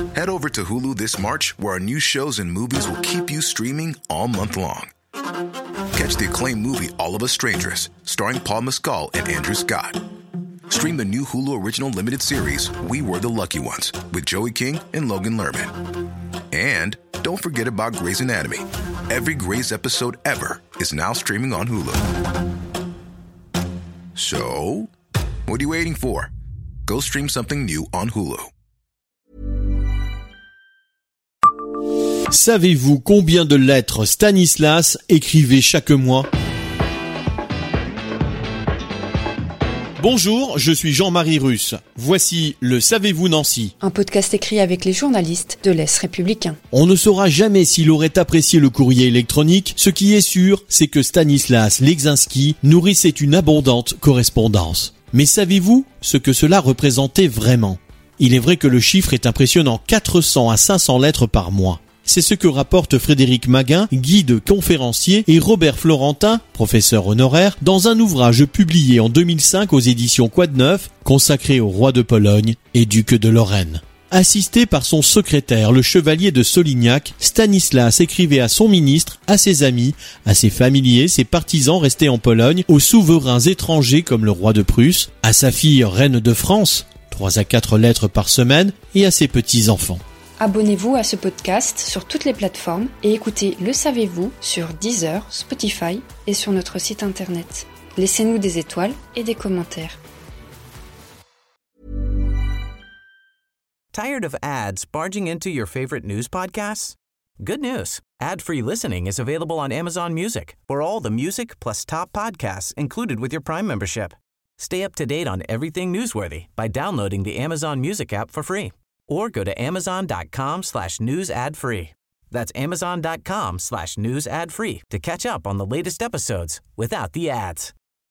Head over to Hulu this March, where our new shows and movies will keep you streaming all month long. Catch the acclaimed movie All of Us Strangers, starring Paul Mescal and Andrew Scott. Stream the new Hulu original limited series We Were the Lucky Ones with Joey King and Logan Lerman. And don't forget about Grey's Anatomy. Every Grey's episode ever is now streaming on Hulu. So, what are you waiting for? Go stream something new on Hulu. Savez-vous combien de lettres Stanislas écrivait chaque mois ? Bonjour, je suis Jean-Marie Russe. Voici le Savez-vous Nancy ? Un podcast écrit avec les journalistes de l'Est républicain. On ne saura jamais s'il aurait apprécié le courrier électronique. Ce qui est sûr, c'est que Stanislas Legzinski nourrissait une abondante correspondance. Mais savez-vous ce que cela représentait vraiment ? Il est vrai que le chiffre est impressionnant, 400 à 500 lettres par mois. C'est ce que rapportent Frédéric Maguin, guide conférencier, et Robert Florentin, professeur honoraire, dans un ouvrage publié en 2005 aux éditions Quad Neuf, consacré au roi de Pologne et duc de Lorraine. Assisté par son secrétaire, le chevalier de Solignac, Stanislas écrivait à son ministre, à ses amis, à ses familiers, ses partisans restés en Pologne, aux souverains étrangers comme le roi de Prusse, à sa fille reine de France, 3 à 4 lettres par semaine, et à ses petits-enfants. Abonnez-vous à ce podcast sur toutes les plateformes et écoutez Le Savez-vous sur Deezer, Spotify et sur notre site internet. Laissez-nous des étoiles et des commentaires. Tired of ads barging into your favorite news podcasts? Good news. Ad-free listening is available on Amazon Music for all the music plus top podcasts included with your Prime membership. Stay up to date on everything newsworthy by downloading the Amazon Music app for free. Or go to amazon.com/news ad free. That's amazon.com/news ad free to catch up on the latest episodes without the ads.